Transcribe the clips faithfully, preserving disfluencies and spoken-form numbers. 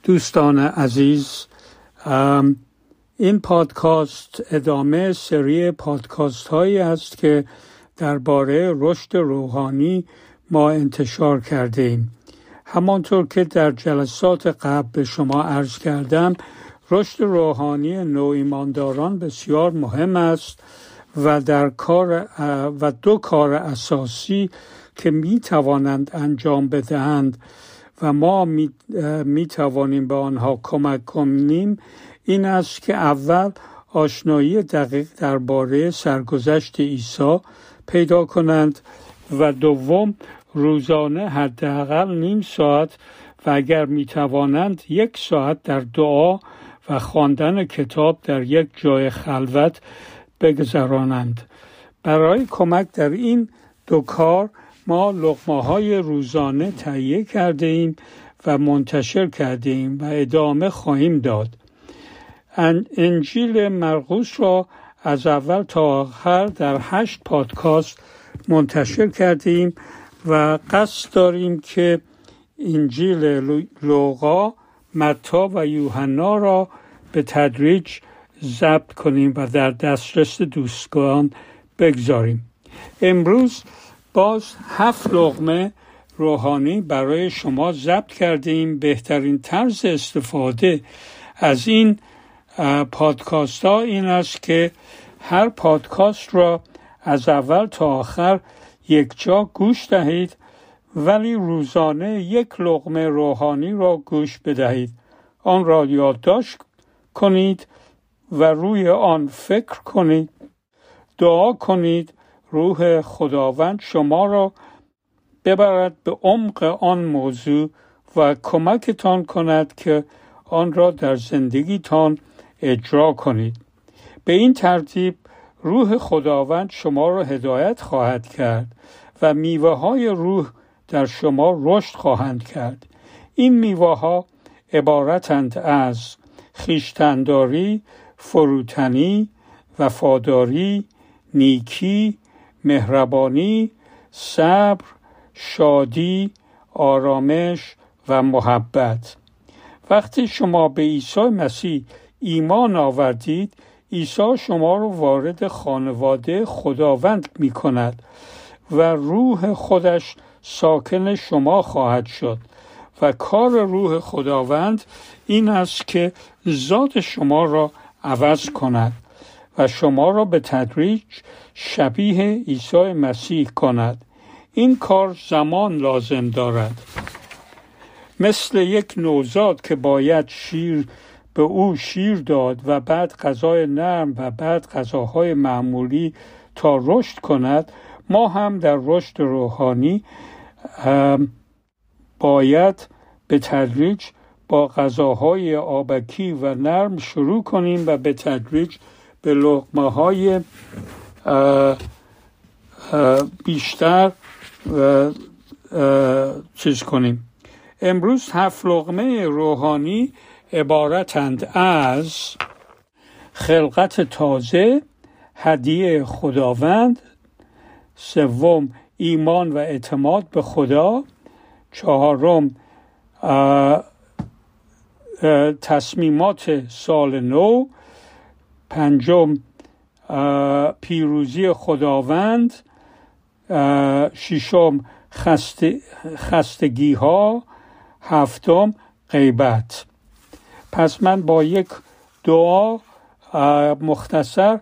دوستان عزیز، این پادکست ادامه سری پادکست هایی است که درباره رشد روحانی ما انتشار کرده ایم. همانطور که در جلسات قبل به شما عرض کردم، رشد روحانی نوایمانداران بسیار مهم است و در کار و دو کار اساسی که می توانند انجام بدهند و ما می, می توانیم به آنها کمک کنیم این است که اول آشنایی دقیق درباره سرگذشت عیسی پیدا کنند و دوم روزانه حداقل نیم ساعت و اگر می توانند یک ساعت در دعا و خواندن کتاب در یک جای خلوت بگذرانند. برای کمک در این دو کار ما لقمه‌های روزانه تهیه کرده ایم و منتشر کرده ایم و ادامه خواهیم داد. انجیل مرقس را از اول تا آخر در هشت پادکست منتشر کرده ایم و قصد داریم که انجیل لوقا، متی و یوحنا را به تدریج ضبط کنیم و در دسترس دوستان بگذاریم. امروز باز هفت لقمه روحانی برای شما ضبط کردیم. بهترین طرز استفاده از این پادکست ها این است که هر پادکست را از اول تا آخر یک جا گوش دهید، ولی روزانه یک لقمه روحانی را گوش بدهید. آن را یادداشت کنید و روی آن فکر کنید. دعا کنید روح خداوند شما را ببرد به عمق آن موضوع و کمکتان کند که آن را در زندگیتان اجرا کنید. به این ترتیب روح خداوند شما را هدایت خواهد کرد و میوه های روح در شما رشد خواهند کرد. این میوه ها عبارتند از خویشتن‌داری، فروتنی، وفاداری، نیکی، مهربانی، صبر، شادی، آرامش و محبت. وقتی شما به عیسی مسیح ایمان آوردید، عیسی شما را وارد خانواده خداوند می کند و روح خودش ساکن شما خواهد شد و کار روح خداوند این است که ذات شما را عوض کند و شما را به تدریج شبیه عیسی مسیح کند. این کار زمان لازم دارد. مثل یک نوزاد که باید شیر به او شیر داد و بعد غذای نرم و بعد غذاهای معمولی تا رشد کند، ما هم در رشد روحانی باید به تدریج با غذاهای آبکی و نرم شروع کنیم و به تدریج به لقمه های بیشتر چیز کنیم. امروز هفت لقمه روحانی عبارتند از خلقت تازه، هدیه خداوند، سوم ایمان و اعتماد به خدا، چهارم تصمیمات سال نو، پنجم پیروزی خداوند، ششم خسته خستگی ها، هفتم غیبت. پس من با یک دعا مختصر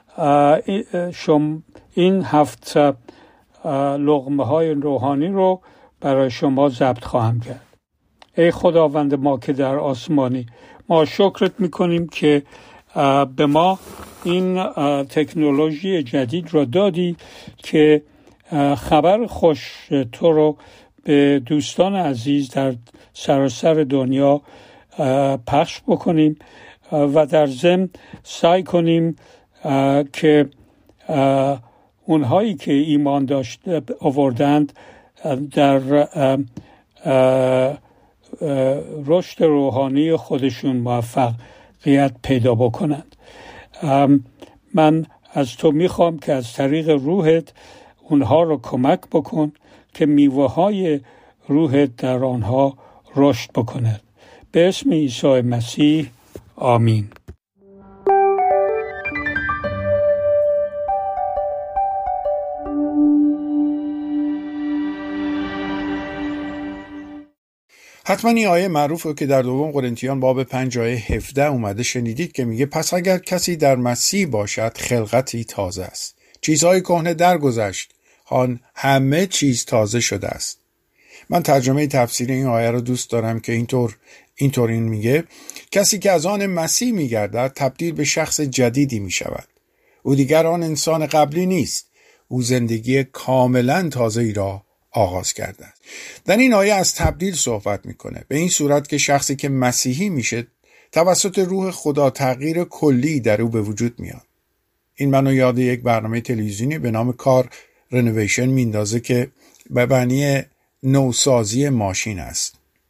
شم این هفت لقمه های روحانی رو برای شما ضبط خواهم کرد. ای خداوند ما که در آسمانی، ما شکرت میکنیم که به ما این تکنولوژی جدید را دادی که خبر خوش تو رو به دوستان عزیز در سراسر دنیا پخش بکنیم و در ضمن سعی کنیم که اونهایی که ایمان داشت آوردند در رشد روحانی خودشون موفقیت پیدا بکنند. من از تو میخوام که از طریق روحت اونها رو کمک بکن که میوه های روحت در آنها رشد بکند. به اسم عیسی مسیح آمین. حتما این آیه معروف رو که در دوم قرنتیان باب پنج آیه هفده اومده شنیدید که میگه پس اگر کسی در مسیح باشد خلقتی تازه است، چیزهای کهنه درگذشت، هان همه چیز تازه شده است. من ترجمه تفسیر این آیه رو دوست دارم که اینطور اینطور این میگه کسی که از آن مسیح میگردد تبدیل به شخص جدیدی میشود. او دیگر آن انسان قبلی نیست، او زندگی کاملا تازه‌ای را آغاز کرده است. در این آیه از تبدیل صحبت میکنه، به این صورت که شخصی که مسیحی میشه توسط روح خدا تغییر کلی در او به وجود میاد. این منو یاد یک برنامه تلویزیونی به نام کار رنوویشن میندازه که به معنی نوسازی ماشین است.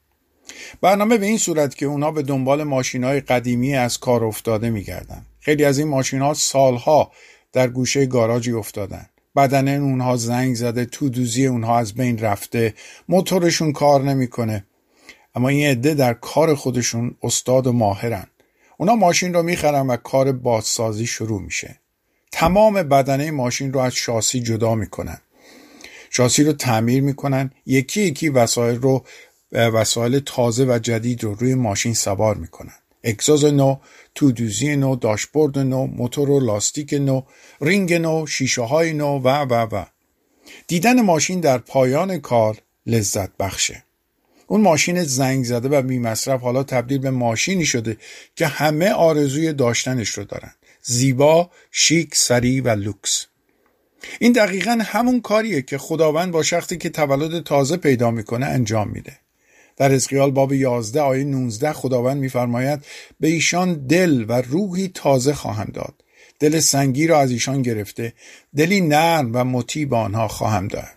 برنامه به این صورت که اونا به دنبال ماشین‌های قدیمی از کار افتاده میگردن. خیلی از این ماشین‌ها سالها در گوشه گاراژی افتادن. بدن اونها زنگ زده، تودوزی اونها از بین رفته، موتورشون کار نمیکنه. اما این عده در کار خودشون استاد و ماهرن. اونا ماشین رو میخرن و کار بازسازی شروع میشه. تمام بدنه ماشین رو از شاسی جدا میکنن. شاسی رو تعمیر میکنن، یکی یکی وسایل رو وسایل تازه و جدید رو روی ماشین سوار میکنن. اگزوز نو، تودوزی نو، داشبورد نو، موتور و لاستیک نو، رینگ نو، شیشه های نو و و و. دیدن ماشین در پایان کار لذت بخشه. اون ماشین زنگ زده و بی مصرف حالا تبدیل به ماشینی شده که همه آرزوی داشتنش رو دارن. زیبا، شیک، سریع و لوکس. این دقیقاً همون کاریه که خداوند با شخصی که تولد تازه پیدا میکنه انجام میده. در حزقیال باب یازده آیه نوزده خداوند میفرماید به ایشان دل و روحی تازه خواهم داد. دل سنگی را از ایشان گرفته، دلی نرم و مطیع به آنها خواهم داد.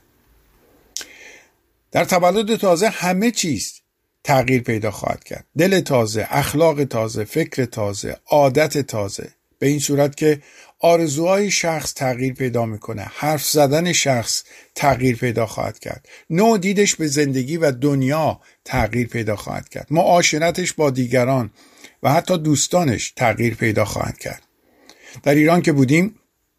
در تولد تازه همه چیز تغییر پیدا خواهد کرد. دل تازه، اخلاق تازه، فکر تازه، عادت تازه. به این صورت که آرزوهای شخص تغییر پیدا میکنه، حرف زدن شخص تغییر پیدا خواهد کرد، نوع دیدش به زندگی و دنیا تغییر پیدا خواهد کرد، معاشرتش با دیگران و حتی دوستانش تغییر پیدا خواهد کرد. در ایران که بودیم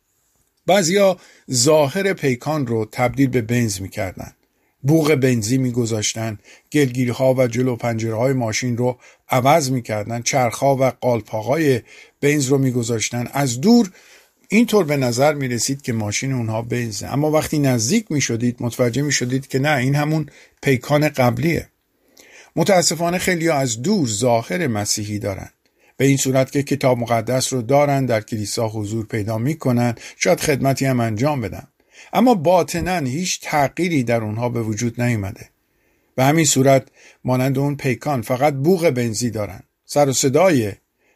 بعضیا ظاهر پیکان رو تبدیل به بنز میکردن. بوق بنزی میگذاشتن، گلگیری ها و جلو پنجره های ماشین رو عوض میکردن، چرخها و قالپاهای بنز رو میگذاشتن. از دور اینطور به نظر میرسید که ماشین اونها بنزه، اما وقتی نزدیک میشدید متوجه میشدید که نه، این همون پیکان قبلیه. متاسفانه خیلی ها از دور ظاهر مسیحی دارن، به این صورت که کتاب مقدس رو دارن، در کلیسا حضور پیدا میکنن، شاید خدمتی هم انجام بدن، اما باطناً هیچ تغییری در اونها به وجود نیامده. به همین صورت مانند اون پیکان فقط بوق بنزی دارن، سر و صدای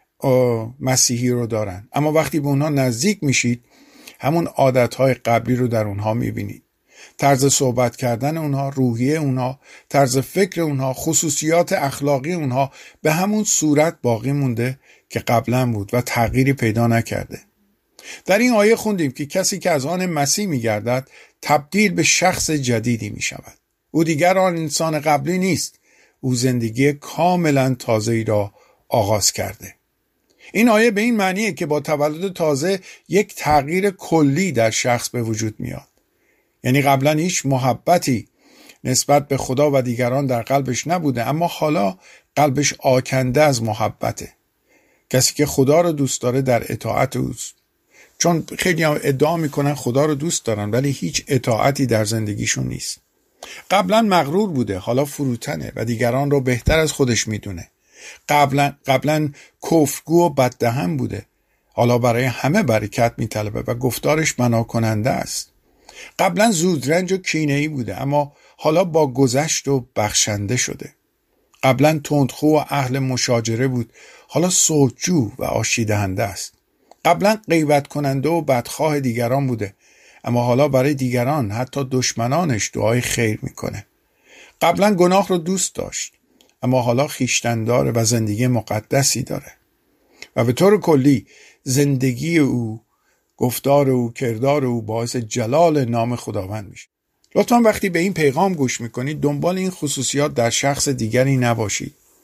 مسیحی رو دارن، اما وقتی به اونها نزدیک میشید همون عادتهای قبلی رو در اونها میبینید. طرز صحبت کردن اونها، روحیه اونها، طرز فکر اونها، خصوصیات اخلاقی اونها به همون صورت باقی مونده که قبلا بود و تغییری پیدا نکرده. در این آیه خوندیم که کسی که از آن مسیح میگردد تبدیل به شخص جدیدی میشود. او دیگر آن انسان قبلی نیست، او زندگی کاملا تازه‌ای را آغاز کرده. این آیه به این معنیه که با تولد تازه یک تغییر کلی در شخص به وجود میاد. یعنی قبلا هیچ محبتی نسبت به خدا و دیگران در قلبش نبوده، اما حالا قلبش آکنده از محبته. کسی که خدا رو دوست داره در اطاعت اوست. چون خیلی هم ادعا میکنن خدا رو دوست دارن ولی هیچ اطاعتی در زندگیشون نیست. قبلا مغرور بوده، حالا فروتنه و دیگران رو بهتر از خودش میدونه. قبلا قبلا کفرگو و بددهن بوده، حالا برای همه برکت میطلبه و گفتارش بنا کننده است. قبلا زودرنج و کینه‌ای بوده، اما حالا با گذشت و بخشنده شده. قبلا تندخو و اهل مشاجره بود، حالا صلحجو و آشتی دهنده است. قبلا غیبت کننده و بدخواه دیگران بوده، اما حالا برای دیگران حتی دشمنانش دعای خیر میکنه. قبلا گناه رو دوست داشت، اما حالا خویشتن داره و زندگی مقدسی داره و به طور کلی زندگی او، گفتار او، کردار او باعث جلال نام خداوند میشه. لطفاً وقتی به این پیغام گوش میکنید دنبال این خصوصیات در شخص دیگری نباشید.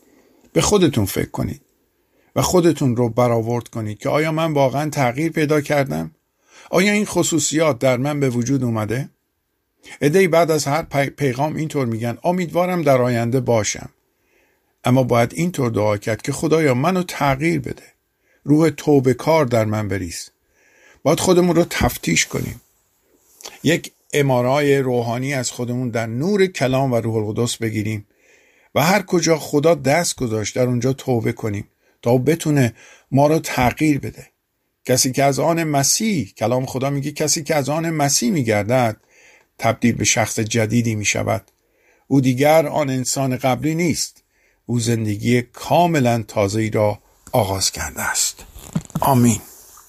به خودتون فکر کنید و خودتون رو برآورد کنید که آیا من واقعا تغییر پیدا کردم؟ آیا این خصوصیات در من به وجود اومده؟ عده‌ای بعد از هر پیغام اینطور میگن امیدوارم در آینده باشم. اما باید اینطور دعا کرد که خدایا منو تغییر بده. روح توبه کار در من بریز. باید خودمون رو تفتیش کنیم. یک امارای روحانی از خودمون در نور کلام و روح القدس بگیریم و هر کجا خدا دست گذاشت در اونجا توبه کنیم تا او بتونه ما رو تغییر بده. کسی که از آن مسیح، کلام خدا میگه کسی که از آن مسیح میگردد تبدیل به شخص جدیدی میشود. او دیگر آن انسان قبلی نیست. او زندگی کاملا تازه‌ای را آغاز کرده است. آمین.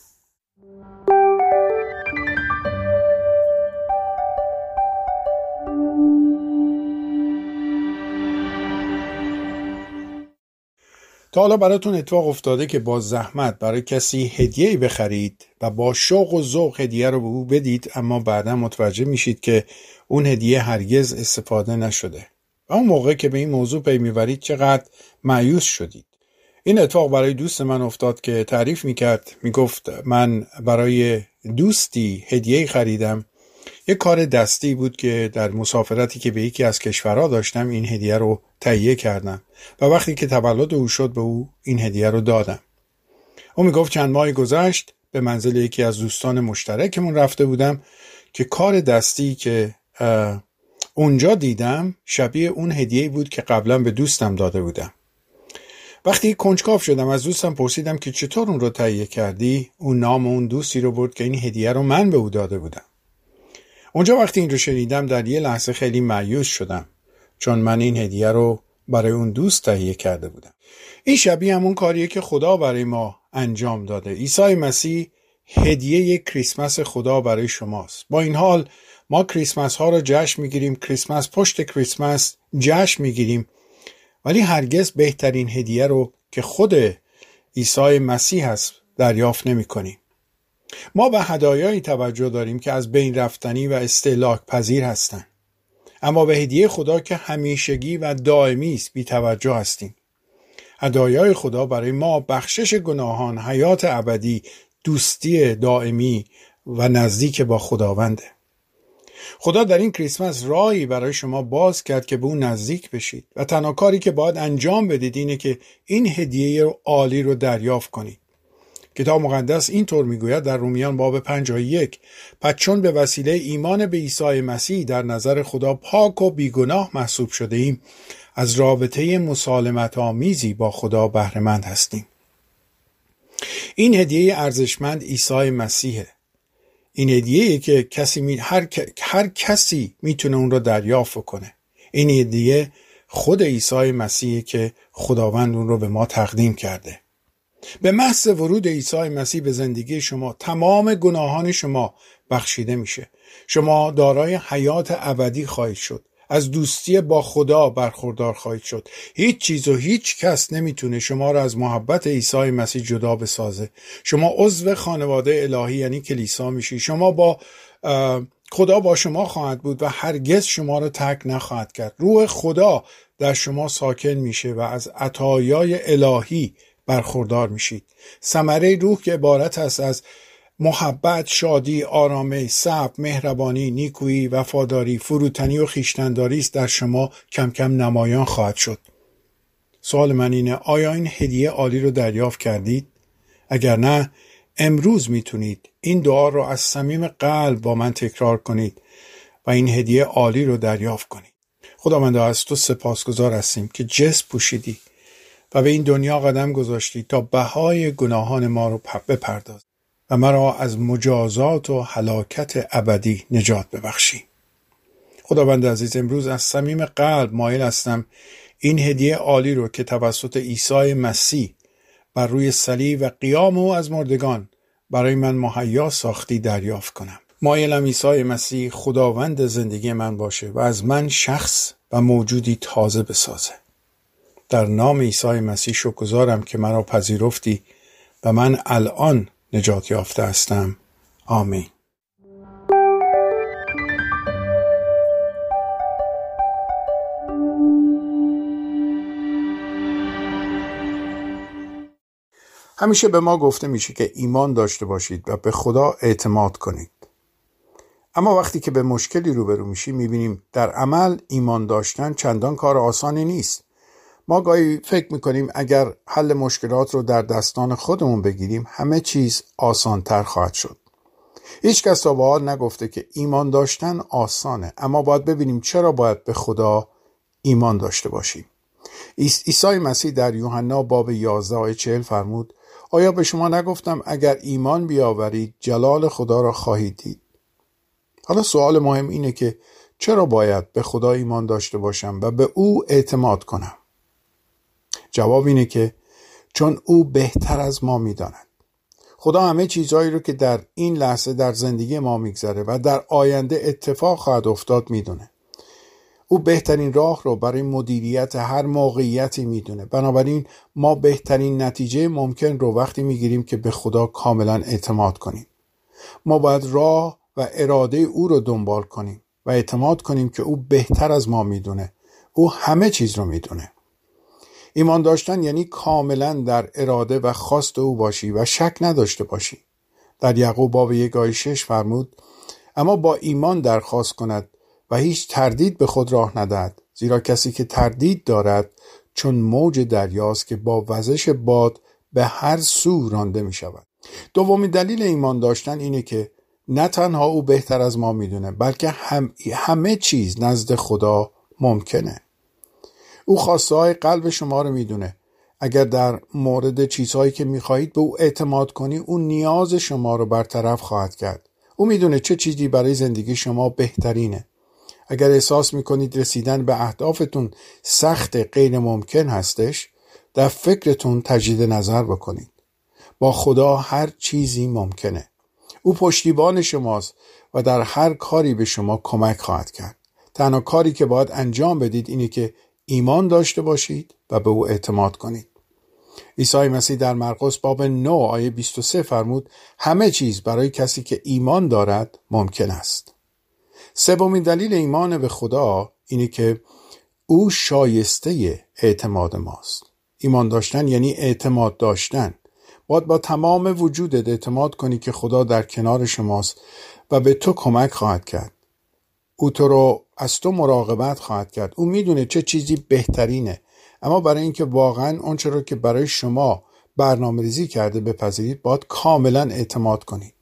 تا حالا براتون اتفاق افتاده که با زحمت برای کسی هدیه‌ای بخرید و با شوق و ذوق هدیه رو به او بدید، اما بعدا متوجه میشید که اون هدیه هرگز استفاده نشده و اون موقع که به این موضوع پی میبرید چقدر مایوس شدید؟ این اتفاق برای دوست من افتاد که تعریف میکرد، میگفت من برای دوستی هدیه‌ای خریدم. یک کار دستی بود که در مسافرتی که به یکی از کشورها داشتم این هدیه رو تهیه کردم و وقتی که تولد او شد به او این هدیه رو دادم. او میگفت چند ماه گذشت به منزل یکی از دوستان مشترکمون رفته بودم که کار دستی که اونجا دیدم شبیه اون هدیه‌ای بود که قبلا به دوستم داده بودم. وقتی کنجکاو شدم از دوستم پرسیدم که چطور اون رو تهیه کردی؟ اون نام اون دوستی رو برد که این هدیه رو من به او داده بودم. اونجا وقتی این رو شنیدم در یه لحظه خیلی مایوس شدم، چون من این هدیه رو برای اون دوست تهیه کرده بودم. این شبیه همون کاریه که خدا برای ما انجام داده. عیسی مسیح هدیه کریسمس خدا برای شماست. با این حال ما کریسمس ها رو جشن میگیریم، کریسمس پشت کریسمس جشن میگیریم، ولی هرگز بهترین هدیه رو که خود عیسی مسیح هست دریافت نمی کنیم. ما به هدایایی توجه داریم که از بین رفتنی و استهلاک پذیر هستند، اما به هدیه خدا که همیشگی و دائمی است بی توجه هستیم. هدایای خدا برای ما بخشش گناهان، حیات ابدی، دوستی دائمی و نزدیک با خداونده. خدا در این کریسمس راهی برای شما باز کرد که به اون نزدیک بشید و تنها کاری که باید انجام بدید اینه که این هدیه عالی رو دریافت کنید. کتاب مقدس اینطور میگوید در رومیان باب پنج آیه یک: پس چون به وسیله ایمان به عیسی مسیح در نظر خدا پاک و بیگناه محسوب شده ایم، از رابطه مسالمت آمیزی با خدا بهره مند هستیم. این هدیه ارزشمند عیسی مسیحه. این هدیه‌ای که کسی می... هر... هر کسی میتونه اون رو دریافت کنه. این هدیه خود عیسی مسیحه که خداوند اون رو به ما تقدیم کرده. به محض ورود عیسی مسیح به زندگی شما تمام گناهان شما بخشیده میشه. شما دارای حیات ابدی خواهید شد. از دوستی با خدا برخوردار خواهید شد. هیچ چیز و هیچ کس نمیتونه شما را از محبت عیسی مسیح جدا بسازه. شما عضو خانواده الهی یعنی کلیسا میشی. شما با خدا با شما خواهد بود و هرگز شما را ترک نخواهد کرد. روح خدا در شما ساکن میشه و از عطایای الهی برخوردار میشید. ثمره روح که عبارت است از محبت، شادی، آرامش، صبر، مهربانی، نیکویی، وفاداری، فروتنی و خویشتن‌داری است در شما کم کم نمایان خواهد شد. سوال من اینه: آیا این هدیه عالی رو دریافت کردید؟ اگر نه، امروز میتونید این دعا رو از صمیم قلب با من تکرار کنید و این هدیه عالی رو دریافت کنید. خداوند، از تو سپاسگزار هستیم که جسم پوشیدی و به این دنیا قدم گذاشتی تا بهای گناهان ما رو بپرداز و مرا از مجازات و هلاکت ابدی نجات ببخشی. خداوند عزیز، امروز از صمیم قلب مایل هستم این هدیه عالی رو که توسط عیسی مسیح بر روی صلیب و قیام او از مردگان برای من مهیا ساختی دریافت کنم. مایلم عیسی مسیح خداوند زندگی من باشه و از من شخص و موجودی تازه بسازه. در نام عیسی مسیح شکرگزارم که مرا پذیرفتی و من الان نجات یافته هستم. آمین. همیشه به ما گفته میشه که ایمان داشته باشید و به خدا اعتماد کنید. اما وقتی که به مشکلی روبرو میشیم میبینیم در عمل ایمان داشتن چندان کار آسانی نیست. ما گاهی فکر میکنیم اگر حل مشکلات رو در دستان خودمون بگیریم همه چیز آسانتر خواهد شد. هیچ کس تا به حال نگفته که ایمان داشتن آسانه، اما باید ببینیم چرا باید به خدا ایمان داشته باشیم. عیسی مسیح در یوحنا باب یازده آیه چهل فرمود: آیا به شما نگفتم اگر ایمان بیاورید جلال خدا را خواهید دید؟ حالا سوال مهم اینه که چرا باید به خدا ایمان داشته باشم و به او اعتماد کنم؟ جواب اینه که چون او بهتر از ما میداند. خدا همه چیزهایی رو که در این لحظه در زندگی ما میگذره و در آینده اتفاق خواهد افتاد میدونه. او بهترین راه رو برای مدیریت هر موقعیتی میدونه. بنابراین ما بهترین نتیجه ممکن رو وقتی میگیریم که به خدا کاملا اعتماد کنیم. ما باید راه و اراده او رو دنبال کنیم و اعتماد کنیم که او بهتر از ما میدونه. او همه چیز رو میدونه. ایمان داشتن یعنی کاملا در اراده و خواست او باشی و شک نداشته باشی. در یعقوب باب یک آیه شش فرمود: اما با ایمان درخواست کند و هیچ تردید به خود راه ندهد، زیرا کسی که تردید دارد چون موج دریاست که با وزش باد به هر سو رانده می شود. دومین دلیل ایمان داشتن اینه که نه تنها او بهتر از ما میدونه، بلکه هم همه چیز نزد خدا ممکنه. او خواسته های قلب شما رو میدونه. اگر در مورد چیزهایی که میخواهید به او اعتماد کنی، او نیاز شما رو برطرف خواهد کرد. او میدونه چه چیزی برای زندگی شما بهترینه. اگر احساس میکنید رسیدن به اهدافتون سخت غیر ممکن هستش، در فکرتون تجدید نظر بکنید. با خدا هر چیزی ممکنه. او پشتیبان شماست و در هر کاری به شما کمک خواهد کرد. تنها کاری که باید انجام بدید اینه که ایمان داشته باشید و به او اعتماد کنید. عیسی مسیح در مرقس باب نه آیه بیست و سه فرمود: همه چیز برای کسی که ایمان دارد ممکن است. سومین دلیل ایمان به خدا اینه که او شایسته اعتماد ماست. ایمان داشتن یعنی اعتماد داشتن. باید با تمام وجودت اعتماد کنی که خدا در کنار شماست و به تو کمک خواهد کرد. او تو رو از تو مراقبت خواهد کرد. او میدونه چه چیزی بهترینه. اما برای اینکه واقعا اون چرا که برای شما برنامه‌ریزی کرده بپذیرید، باید کاملا اعتماد کنید.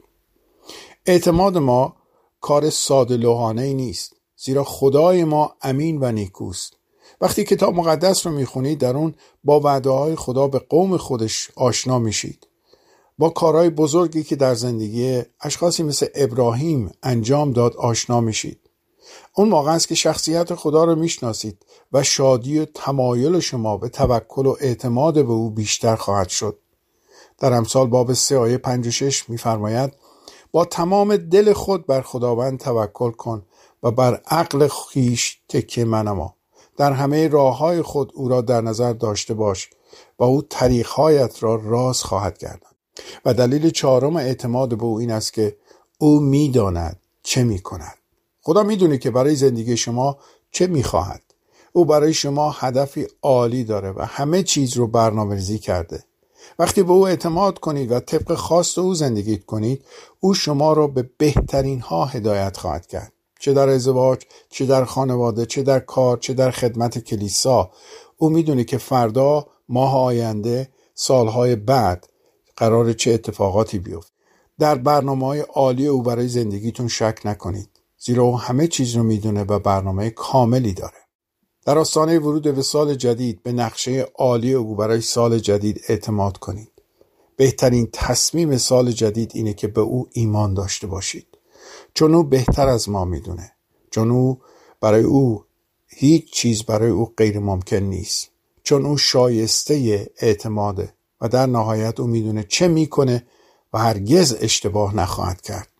اعتماد ما کار ساده لوحانه‌ای نیست، زیرا خدای ما امین و نیکوست. وقتی کتاب مقدس رو میخونید در اون با وعده‌های خدا به قوم خودش آشنا میشید. با کارهای بزرگی که در زندگی اشخاصی مثل ابراهیم انجام داد آشنا میشید. اون موقع است که شخصیت خدا رو میشناسید و شادی و تمایل شما به توکل و اعتماد به او بیشتر خواهد شد. در امثال باب سه آیه پنج و شش میفرماید: با تمام دل خود بر خداوند توکل کن و بر عقل خویش تکیه منما. در همه راههای خود او را در نظر داشته باش و او طریقهایت را راست خواهد گرداند. و دلیل چهارم اعتماد به او این است که او میداند چه میکند. خدا میدونه که برای زندگی شما چه میخواهد. او برای شما هدفی عالی داره و همه چیز رو برنامه‌ریزی کرده. وقتی به او اعتماد کنید و طبق خواست او زندگی کنید، او شما را به بهترین ها هدایت خواهد کرد. چه در ازدواج، چه در خانواده، چه در کار، چه در خدمت کلیسا. او میدونه که فردا، ماه آینده، سالهای بعد قرار چه اتفاقاتی بیفته. در برنامه‌های عالی او برای زندگیتون شک نکنید، زیرا او همه چیز رو میدونه و برنامه کاملی داره. در آستانه ورود به سال جدید به نقشه عالی او برای سال جدید اعتماد کنید. بهترین تصمیم سال جدید اینه که به او ایمان داشته باشید، چون او بهتر از ما میدونه. چون او برای او هیچ چیز برای او غیر ممکن نیست. چون او شایسته اعتماده و در نهایت او میدونه چه میکنه و هرگز اشتباه نخواهد کرد.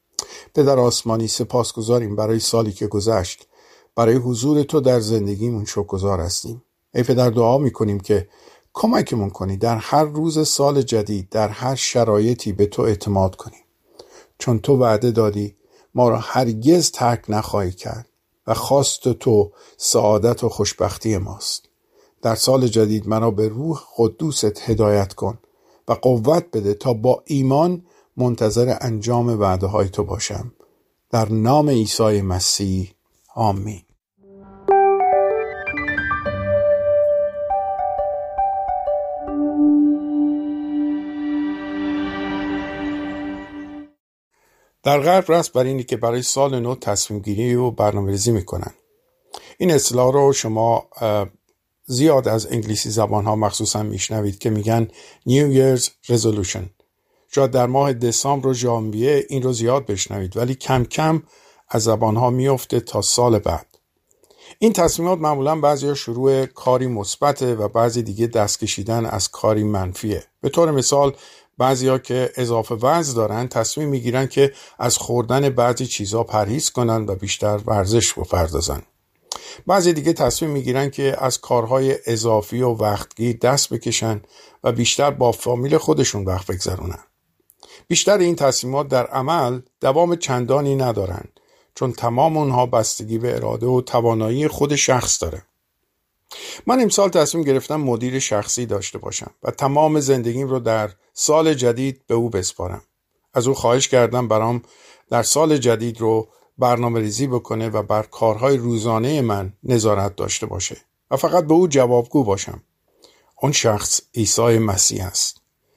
پدر آسمانی، سپاسگزاریم برای سالی که گذشت. برای حضور تو در زندگیمون شکرگزار هستیم. ای پدر، دعا میکنیم که کمکمون کنی در هر روز سال جدید، در هر شرایطی به تو اعتماد کنیم، چون تو وعده دادی ما را هرگز ترک نخواهی کرد و خواست تو سعادت و خوشبختی ماست. در سال جدید منو به روح قدوست هدایت کن و قوت بده تا با ایمان منتظر انجام وعده های تو باشم. در نام عیسی مسیح آمین. در غرب رسم بر اینی که برای سال نو تصمیم گیری و برنامه ریزی میکنن. این اصطلاح رو شما زیاد از انگلیسی زبان ها مخصوصا میشنوید که میگن New Year's Resolution. شاید در ماه دسامبر و ژانویه این رو زیاد بشنوید، ولی کم کم از زبان ها میفته تا سال بعد. این تصمیمات معمولا بعضی شروع کاری مثبته و بعضی دیگه دست کشیدن از کاری منفیه. به طور مثال بعضیا که اضافه وزن دارن تصمیم میگیرن که از خوردن بعضی چیزا پرهیز کنن و بیشتر ورزش بپردازن. بعضی دیگه تصمیم میگیرن که از کارهای اضافی و وقتگیر دست بکشن و بیشتر با فامیل خودشون وقت بگذرونن. بیشتر این تصمیمات در عمل دوام چندانی ندارن، چون تمام اونها بستگی به اراده و توانایی خود شخص داره. من امسال تصمیم گرفتم مدیر شخصی داشته باشم و تمام زندگیم رو در سال جدید به او بسپارم. از او خواهش کردم برام در سال جدید رو برنامه ریزی بکنه و بر کارهای روزانه من نظارت داشته باشه و فقط به او جوابگو باشم. اون شخص عیسی مسیح است.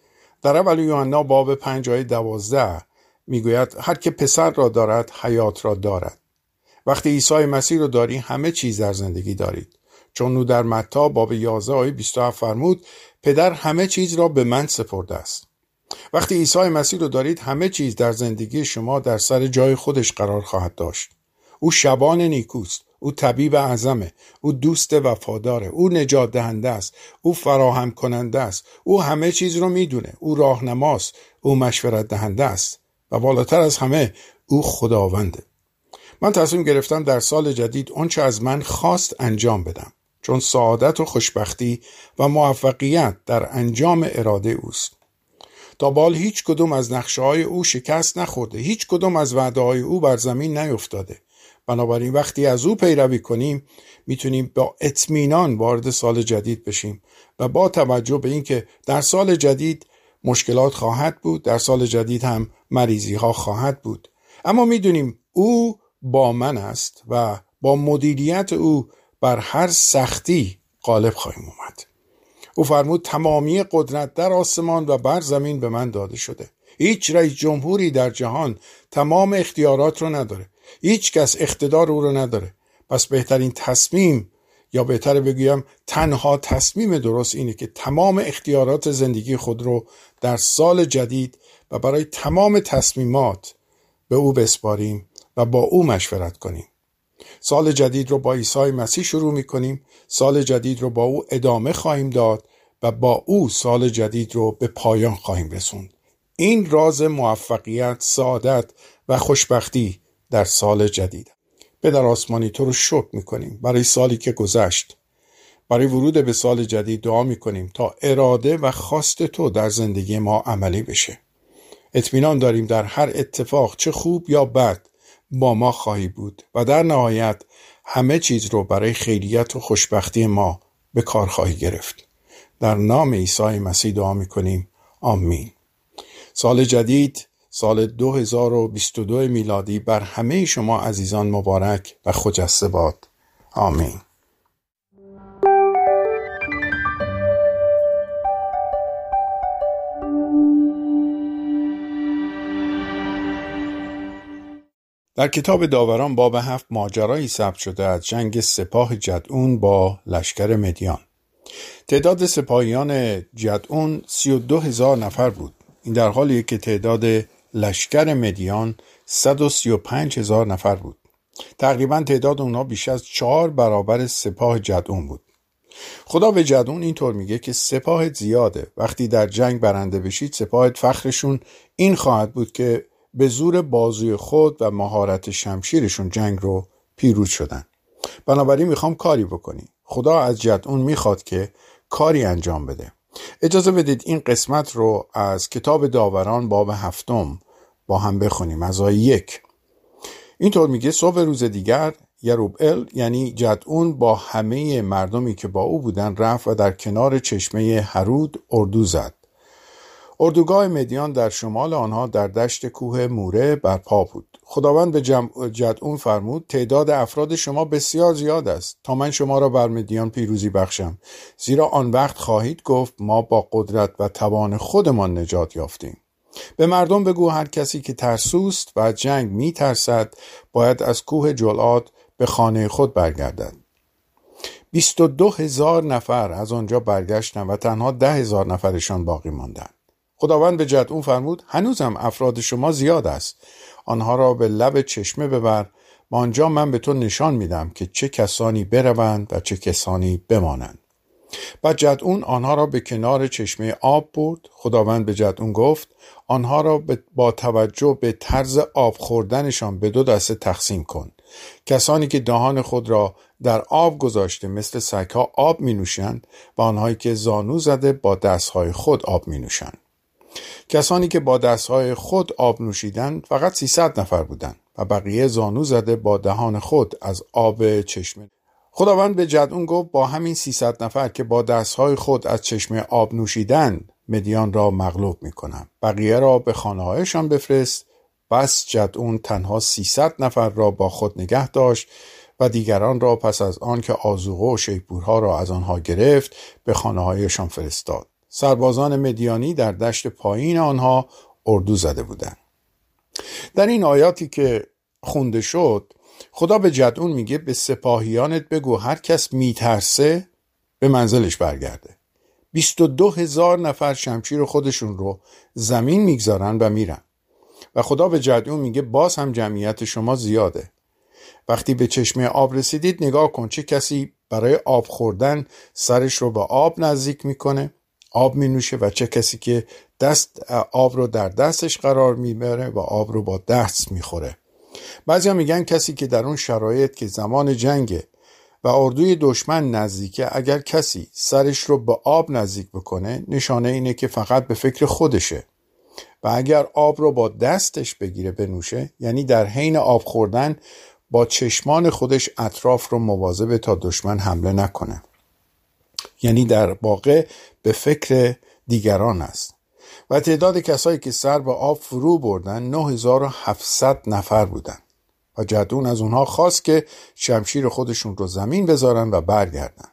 در اول یوحنا باب پنج آیه دوازده میگوید هر که پسر را دارد حیات را دارد. وقتی عیسی مسیح رو داری همه چیز در زندگی دارید، چون او در متی باب یازده آیه بیست و هفت فرمود پدر همه چیز را به من سپرده است. وقتی عیسی مسیح رو دارید همه چیز در زندگی شما در سر جای خودش قرار خواهد داشت. او شبان نیکوست، او طبیب اعظمه، او دوست وفاداره، او نجات دهنده است، او فراهم کننده است، او همه چیز رو میدونه، او راهنماست، او مشورت دهنده است و بالاتر از همه او خداونده. من تصمیم گرفتم در سال جدید آنچه از من خواست انجام بدم، چون سعادت و خوشبختی و موفقیت در انجام اراده اوست. تا بال هیچ کدوم از نقشه‌های او شکست نخورده، هیچ کدوم از وعده‌های او بر زمین نیفتاده. بنابراین وقتی از او پیروی کنیم میتونیم با اطمینان وارد سال جدید بشیم و با توجه به اینکه در سال جدید مشکلات خواهد بود، در سال جدید هم مریضی ها خواهد بود، اما میدونیم او با من است و با مدیریت او بر هر سختی غالب خواهیم اومد. او فرمود تمامی قدرت در آسمان و بر زمین به من داده شده. هیچ رئیس جمهوری در جهان تمام اختیارات رو نداره. هیچ کس اقتدار او رو نداره. پس بهترین تصمیم، یا بهتره بگویم تنها تصمیم درست اینه که تمام اختیارات زندگی خود رو در سال جدید و برای تمام تصمیمات به او بسپاریم و با او مشورت کنیم. سال جدید رو با عیسی مسیح شروع می‌کنیم، سال جدید رو با او ادامه خواهیم داد و با او سال جدید رو به پایان خواهیم رسوند. این راز موفقیت، سعادت و خوشبختی در سال جدید. پدر آسمانی تو رو شکر می‌کنیم برای سالی که گذشت. برای ورود به سال جدید دعا می‌کنیم تا اراده و خواست تو در زندگی ما عملی بشه. اطمینان داریم در هر اتفاق چه خوب یا بد با ما خواهی بود و در نهایت همه چیز رو برای خیریت و خوشبختی ما به کار خواهی گرفت. در نام عیسی مسیح دعا می‌کنیم. آمین. سال جدید، سال دو هزار و بیست و دو میلادی بر همه شما عزیزان مبارک و خجسته باد. آمین. در کتاب داوران باب هفت ماجرایی ثبت شده از جنگ سپاه جدعون با لشکر مدیان. تعداد سپاهیان جدعون سی و دو هزار نفر بود. این در حالیه که تعداد لشکر مدیان صد و سی و پنج هزار نفر بود. تقریبا تعداد اونها بیش از چهار برابر سپاه جدعون بود. خدا به جدعون اینطور میگه که سپاهت زیاده. وقتی در جنگ برنده بشید سپاهت فخرشون این خواهد بود که به زور بازوی خود و مهارت شمشیرشون جنگ رو پیروز شدن. بنابراین میخوام کاری بکنی. خدا از جدعون میخواد که کاری انجام بده. اجازه بدید این قسمت رو از کتاب داوران باب هفتم با هم بخونیم از آیه یک. اینطور میگه صبح روز دیگر یروبعل یعنی جدعون با همه مردمی که با او بودن رفت و در کنار چشمه هرود اردو زد. اردوگاه مدیان در شمال آنها در دشت کوه موره برپا بود. خداوند به جدعون فرمود تعداد افراد شما بسیار زیاد است تا من شما را بر مدیان پیروزی بخشم، زیرا آن وقت خواهید گفت ما با قدرت و توان خودمان نجات یافتیم. به مردم بگو هر کسی که ترسوست و از جنگ می ترسد باید از کوه جلعاد به خانه خود برگردد. بیست و دو هزار نفر از آنجا برگشتند و تنها ده هزار نفرشان باقی ماندند. خداوند به جدعون فرمود هنوزم افراد شما زیاد است، آنها را به لب چشمه ببر و آنجا من به تو نشان میدم که چه کسانی بروند و چه کسانی بمانند. بعد جدعون آنها را به کنار چشمه آب برد. خداوند به جدعون گفت آنها را با توجه به طرز آب خوردنشان به دو دسته تقسیم کن. کسانی که دهان خود را در آب گذاشته مثل سگ‌ها آب می نوشند و آنهایی که زانو زده با دستهای خود آب می نوشند. کسانی که با دستهای خود آب نوشیدند فقط سیصد نفر بودند و بقیه زانو زده با دهان خود از آب چشمه. خداوند به جدعون گفت با همین سیصد نفر که با دستهای خود از چشمه آب نوشیدند مدیان را مغلوب می کنم. بقیه را به خانه‌هایشان بفرست. بس جدعون تنها سیصد نفر را با خود نگه داشت و دیگران را پس از آن که آذوقه و شیپورها را از آنها گرفت به خانه‌هایشان فرستاد. سربازان مدیانی در دشت پایین آنها اردو زده بودند. در این آیاتی که خونده شد خدا به جدعون میگه به سپاهیانت بگو هر کس میترسه به منزلش برگرده. بیست و دو هزار نفر شمشیر خودشون رو زمین میگذارن و میرن و خدا به جدعون میگه باز هم جمعیت شما زیاده. وقتی به چشمه آب رسیدید نگاه کن چه کسی برای آب خوردن سرش رو به آب نزدیک میکنه، آب می نوشه و چه کسی که دست آب رو در دستش قرار میبره و آب رو با دست میخوره. بعضیا میگن کسی که در اون شرایط که زمان جنگه و اردوی دشمن نزدیکه اگر کسی سرش رو به آب نزدیک بکنه نشانه اینه که فقط به فکر خودشه و اگر آب رو با دستش بگیره بنوشه یعنی در حین آب خوردن با چشمان خودش اطراف رو مواظبه تا دشمن حمله نکنه، یعنی در واقع به فکر دیگران است. و تعداد کسایی که سر به آب فرو بردن نه هزار و هفتصد نفر بودن و جدعون از اونها خواست که شمشیر خودشون رو زمین بذارن و برگردن.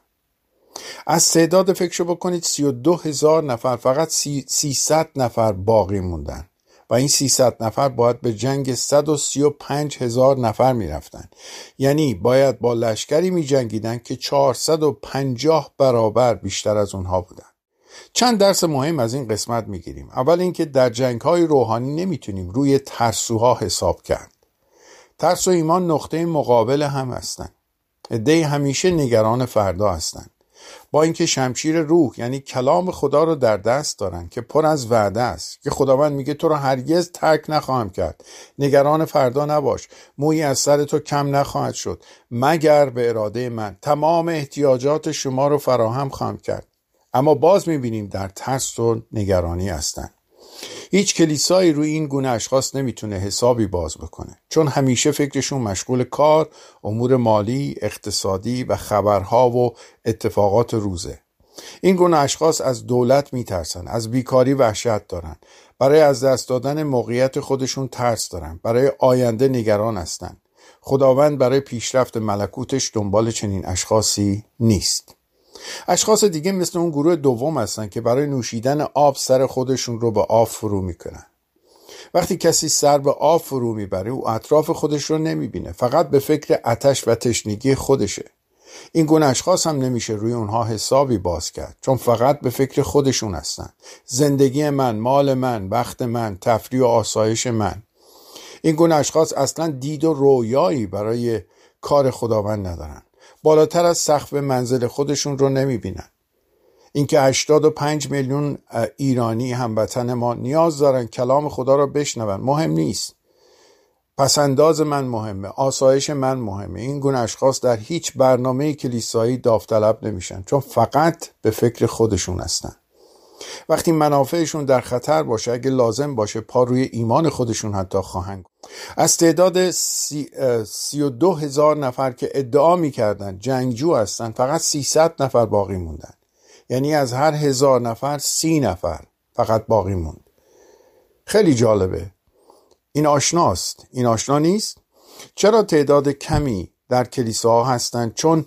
از تعداد فکرشو بکنید سی و دو هزار نفر فقط سیصد نفر باقی موندن و این سیصد نفر باید به جنگ صد و سی و پنج هزار نفر می رفتن. یعنی باید با لشکری می جنگیدن که چهارصد و پنجاه برابر بیشتر از اونها بودن. چند درس مهم از این قسمت می گیریم. اول اینکه در جنگ‌های روحانی نمیتونیم روی ترسوها حساب کرد. ترس و ایمان نقطه مقابل هم هستن. عده‌ای همیشه نگران فردا هستن. با اینکه شمشیر روح یعنی کلام خدا رو در دست دارن که پر از وعده است که خداوند میگه تو رو هرگز ترک نخواهم کرد، نگران فردا نباش، مویی از سر تو کم نخواهد شد مگر به اراده من تمام احتیاجات شما رو فراهم خواهم کرد، اما باز میبینیم در ترس و نگرانی هستن. هیچ کلیسایی روی این گونه اشخاص نمیتونه حسابی باز بکنه چون همیشه فکرشون مشغول کار، امور مالی، اقتصادی و خبرها و اتفاقات روزه. این گونه اشخاص از دولت میترسن، از بیکاری وحشت دارن، برای از دست دادن موقعیت خودشون ترس دارن، برای آینده نگران هستن. خداوند برای پیشرفت ملکوتش دنبال چنین اشخاصی نیست. اشخاص دیگه مثل اون گروه دوم هستن که برای نوشیدن آب سر خودشون رو به آب فرو میکنن. وقتی کسی سر به آب فرو میبره او اطراف خودش رو نمیبینه، فقط به فکر آتش و تشنگی خودشه. این گونه اشخاص هم نمیشه روی اونها حسابی باز کرد چون فقط به فکر خودشون هستن. زندگی من، مال من، وقت من، تفریح و آسایش من. این گونه اشخاص اصلا دید و رویایی برای کار خداوند ندارن. بالاتر از سقف منزل خودشون رو نمیبینن. اینکه هشتاد و پنج میلیون ایرانی هموطن ما نیاز دارن کلام خدا رو بشنون مهم نیست. پسنداز من مهمه، آسایش من مهمه. این گونه اشخاص در هیچ برنامه کلیسایی داوطلب نمیشن چون فقط به فکر خودشون هستن. وقتی منافعشون در خطر باشه اگه لازم باشه پا روی ایمان خودشون حتی خواهند. از تعداد سی, سی و دو هزار نفر که ادعا میکردن جنگجو هستن فقط سیصد نفر باقی موندن. یعنی از هر هزار نفر سی نفر فقط باقی موند. خیلی جالبه. این آشناست. این آشنا نیست؟ چرا تعداد کمی در کلیساها هستند؟ چون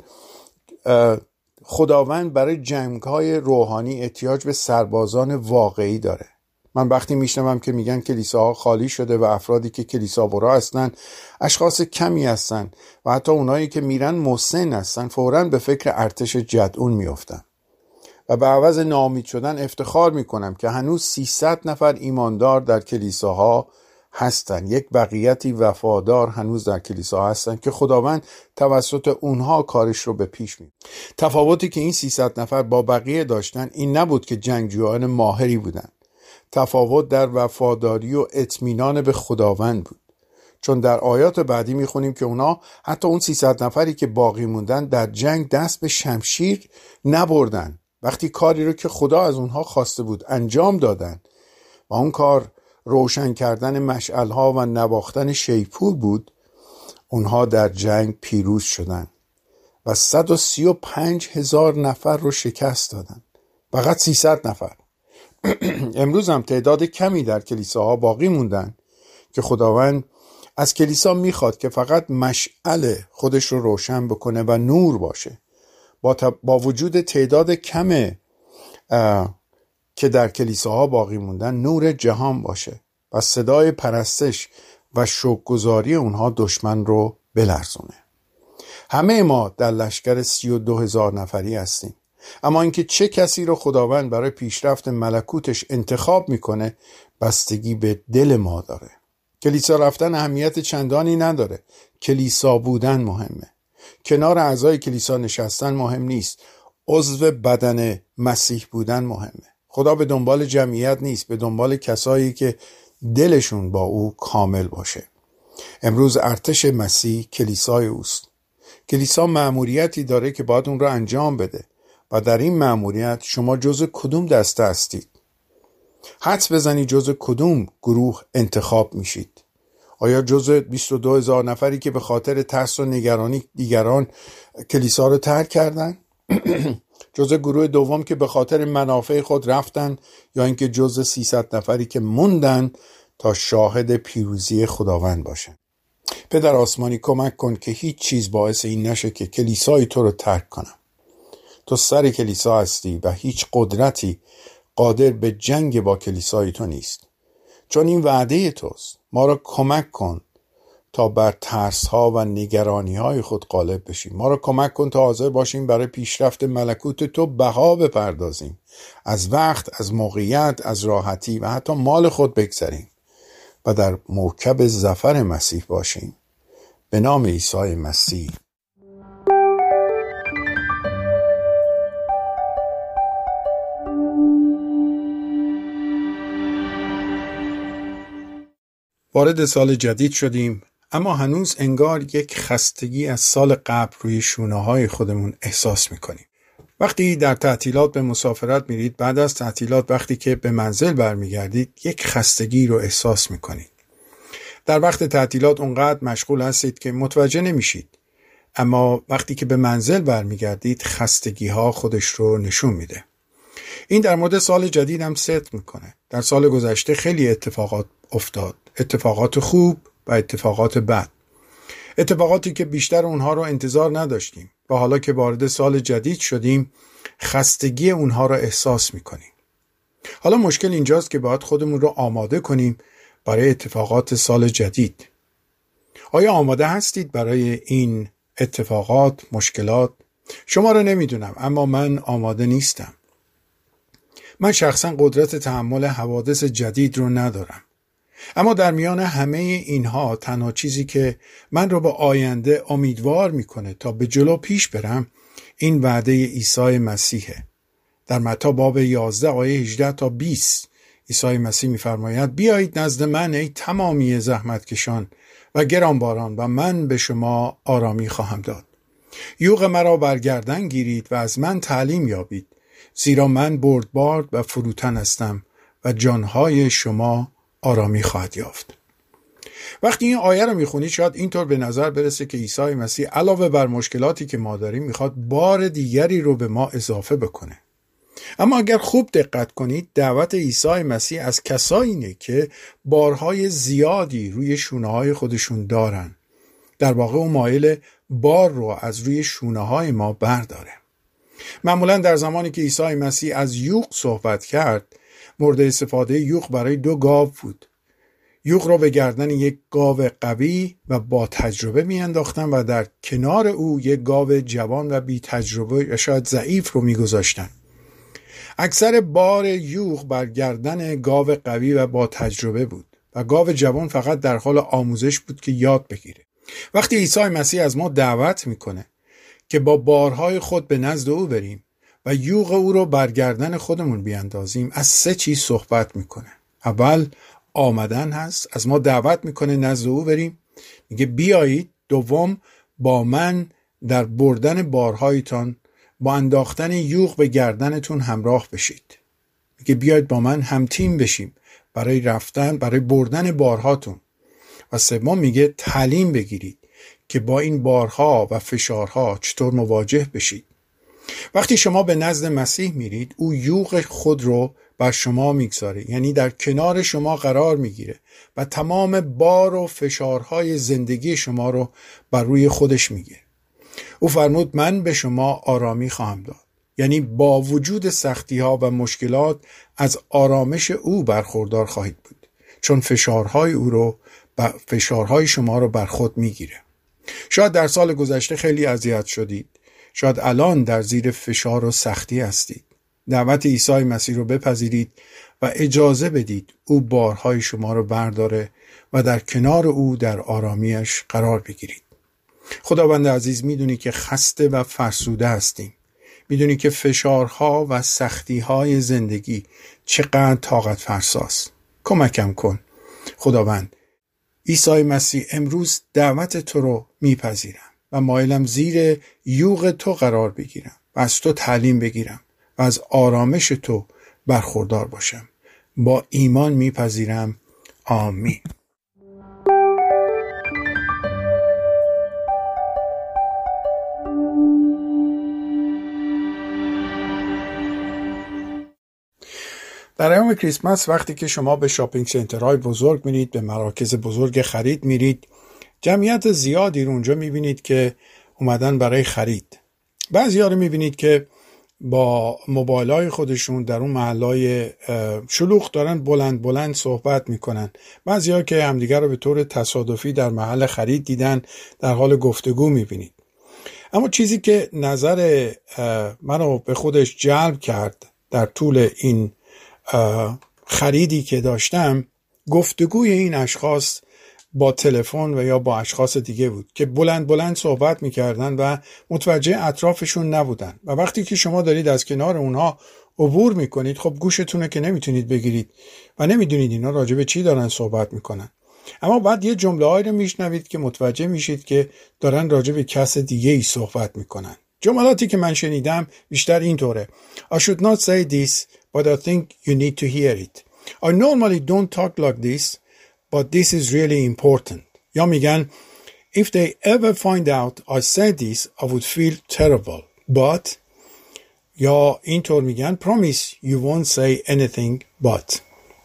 خداوند برای جنگ‌های روحانی احتیاج به سربازان واقعی داره. من وقتی میشنوم که میگن کلیساها خالی شده و افرادی که کلیساورا هستن اشخاص کمی هستن و حتی اونایی که میرن مسن هستن، فوراً به فکر ارتش جدعون میافتن و به عوض ناامید شدن افتخار میکنم که هنوز سیصد نفر ایماندار در کلیساها هستن. یک بقیتی وفادار هنوز در کلیسا هستن که خداوند توسط اونها کارش رو به پیش میبره. تفاوتی که این سیصد نفر با بقیه داشتن این نبود که جنگجویان ماهری بودن. تفاوت در وفاداری و اطمینان به خداوند بود. چون در آیات بعدی میخونیم که اونا حتی اون سیصد نفری که باقی موندن در جنگ دست به شمشیر نبردن. وقتی کاری رو که خدا از اونها خواسته بود انجام دادن و اون کار روشن کردن مشعل‌ها و نواختن شیپور بود، اونها در جنگ پیروز شدن و صد و سی و پنج هزار نفر رو شکست دادن. فقط سیصد نفر. امروز هم تعداد کمی در کلیساها باقی موندن که خداوند از کلیسا میخواد که فقط مشعل خودش رو روشن بکنه و نور باشه. با, با وجود تعداد کم که در کلیساها باقی موندن، نور جهان باشه و صدای پرستش و شکرگزاری اونها دشمن رو بلرزونه. همه ما در لشکر سی و دو هزار نفری هستیم، اما اینکه چه کسی رو خداوند برای پیشرفت ملکوتش انتخاب میکنه بستگی به دل ما داره. کلیسا رفتن اهمیت چندانی نداره. کلیسا بودن مهمه. کنار اعضای کلیسا نشستن مهم نیست. عضو بدن مسیح بودن مهمه. خدا به دنبال جمعیت نیست، به دنبال کسایی که دلشون با او کامل باشه. امروز ارتش مسیح کلیسای اوست. کلیسا مأموریتی داره که باید اون رو انجام بده و در این مأموریت شما جزء کدوم دسته هستید؟ حدس بزنی جزء کدوم گروه انتخاب میشید؟ آیا جزء بیست و دو هزار نفری که به خاطر ترس و نگرانی دیگران کلیسا رو ترک کردن؟ جزء گروه دوم که به خاطر منافع خود رفتن، یا اینکه جزء سیصد نفری که موندن تا شاهد پیروزی خداوند باشن؟ پدر آسمانی کمک کن که هیچ چیز باعث این نشه که کلیسای تو رو ترک کنم. تو سر کلیسا هستی و هیچ قدرتی قادر به جنگ با کلیسای تو نیست، چون این وعده توست. ما را کمک کن تا بر ترس ها و نگرانی های خود غالب بشیم. ما را کمک کن تا حاضر باشیم برای پیشرفت ملکوت تو بها بپردازیم، از وقت، از موقعیت، از راحتی و حتی مال خود بگذریم و در موکب ظفر مسیح باشیم. به نام عیسی مسیح. وارد سال جدید شدیم، اما هنوز انگار یک خستگی از سال قبل روی شونه‌های خودمون احساس می‌کنیم. وقتی در تعطیلات به مسافرت میرید، بعد از تعطیلات وقتی که به منزل برمیگردید یک خستگی رو احساس می‌کنید. در وقت تعطیلات اونقدر مشغول هستید که متوجه نمیشید، اما وقتی که به منزل برمیگردید خستگی‌ها خودش رو نشون میده. این در مورد سال جدید هم صدق میکنه. در سال گذشته خیلی اتفاقات افتاد، اتفاقات خوب و اتفاقات بد، اتفاقاتی که بیشتر اونها رو انتظار نداشتیم و حالا که وارد سال جدید شدیم خستگی اونها رو احساس میکنیم. حالا مشکل اینجاست که باید خودمون رو آماده کنیم برای اتفاقات سال جدید. آیا آماده هستید برای این اتفاقات، مشکلات؟ شما رو نمیدونم، اما من آماده نیستم. من شخصا قدرت تحمل حوادث جدید رو ندارم. اما در میان همه اینها تنها چیزی که من رو به آینده امیدوار میکنه تا به جلو پیش برم این وعده عیسی مسیحه. در متی باب یازده آیه هجده تا بیست عیسی مسیح میفرماید بیایید نزد من ای تمامی زحمتکشان و گرانباران و من به شما آرامی خواهم داد. یوغ مرا بر گردن گیرید و از من تعلیم یابید، زیرا من بردبار و فروتن هستم و جانهای شما آرامی خواهد یافت. وقتی این آیه رو میخونید شاید اینطور به نظر برسه که عیسی مسیح علاوه بر مشکلاتی که ما داریم میخواد بار دیگری رو به ما اضافه بکنه. اما اگر خوب دقت کنید دعوت عیسی مسیح از کسایی اینه که بارهای زیادی روی شونه‌های خودشون دارن. در واقع اون مایل بار رو از روی شونه‌های ما برداره. معمولا در زمانی که عیسی مسیح از یوغ صحبت کرد، مورد استفاده یوغ برای دو گاو بود. یوغ رو به گردن یک گاو قوی و با تجربه می انداختن و در کنار او یک گاو جوان و بی تجربه و شاید ضعیف رو می گذاشتن. اکثر بار یوغ بر گردن گاو قوی و با تجربه بود و گاو جوان فقط در حال آموزش بود که یاد بگیره. وقتی عیسی مسیح از ما دعوت میکنه که با بارهای خود به نزد او بریم و یوغ او رو بر گردن خودمون بیاندازیم، از سه چیز صحبت میکنه. اول آمدن هست، از ما دعوت میکنه نزد او بریم، میگه بیایید. دوم با من در بردن بارهایتان با انداختن یوغ به گردنتون همراه بشید. میگه بیایید با من هم تیم بشیم برای رفتن برای بردن بارهاتون. و سوم میگه تعلیم بگیرید که با این بارها و فشارها چطور مواجه بشید. وقتی شما به نزد مسیح میرید، او یوغ خود رو بر شما میگذاره، یعنی در کنار شما قرار میگیره و تمام بار و فشارهای زندگی شما رو بر روی خودش میگیره. او فرمود من به شما آرامی خواهم داد، یعنی با وجود سختی ها و مشکلات از آرامش او برخوردار خواهید بود، چون فشارهای او رو فشارهای شما رو بر خود میگیره. شاید در سال گذشته خیلی اذیت شدید، شاید الان در زیر فشار و سختی هستید. دعوت عیسی مسیح رو بپذیرید و اجازه بدید او بارهای شما رو برداره و در کنار او در آرامیش قرار بگیرید. خداوند عزیز، میدونی که خسته و فرسوده هستیم. میدونی که فشارها و سختیهای زندگی چقدر طاقت فرساست. کمکم کن خداوند. عیسی مسیح، امروز دعوت تو رو میپذیرم و مایلم زیر یوغ تو قرار بگیرم و از تو تعلیم بگیرم و از آرامش تو برخوردار باشم. با ایمان میپذیرم. آمین. در ایام کریسمس وقتی که شما به شاپینگ سنترهای بزرگ میرید، به مراکز بزرگ خرید میرید، جمعیت زیادی رو اونجا میبینید که اومدن برای خرید. بعضی‌ها رو میبینید که با موبایل‌های خودشون در اون محلهای شلوغ دارن بلند بلند صحبت میکنن. بعضی‌ها که همدیگر رو به طور تصادفی در محل خرید دیدن در حال گفتگو میبینید. اما چیزی که نظر منو به خودش جلب کرد در طول این خریدی که داشتم، گفتگوی این اشخاص با تلفن و یا با اشخاص دیگه بود که بلند بلند صحبت میکردن و متوجه اطرافشون نبودن. و وقتی که شما دارید از کنار اونها عبور میکنید، خب گوشتونه که نمیتونید بگیرید و نمیدونید اینا راجع به چی دارن صحبت میکنن. اما بعد یه جمله هایی رو میشنوید که متوجه میشید که دارن راجع به کس دیگه ای صحبت میکنن. جملاتی که من شنیدم بیشتر اینطوره: I should not say this, but I think you need to hear it. I normally don't talk like this, but this is really important. یا میگن if they ever find out I said this, I would feel terrible. But یا اینطور میگن promise you won't say anything but.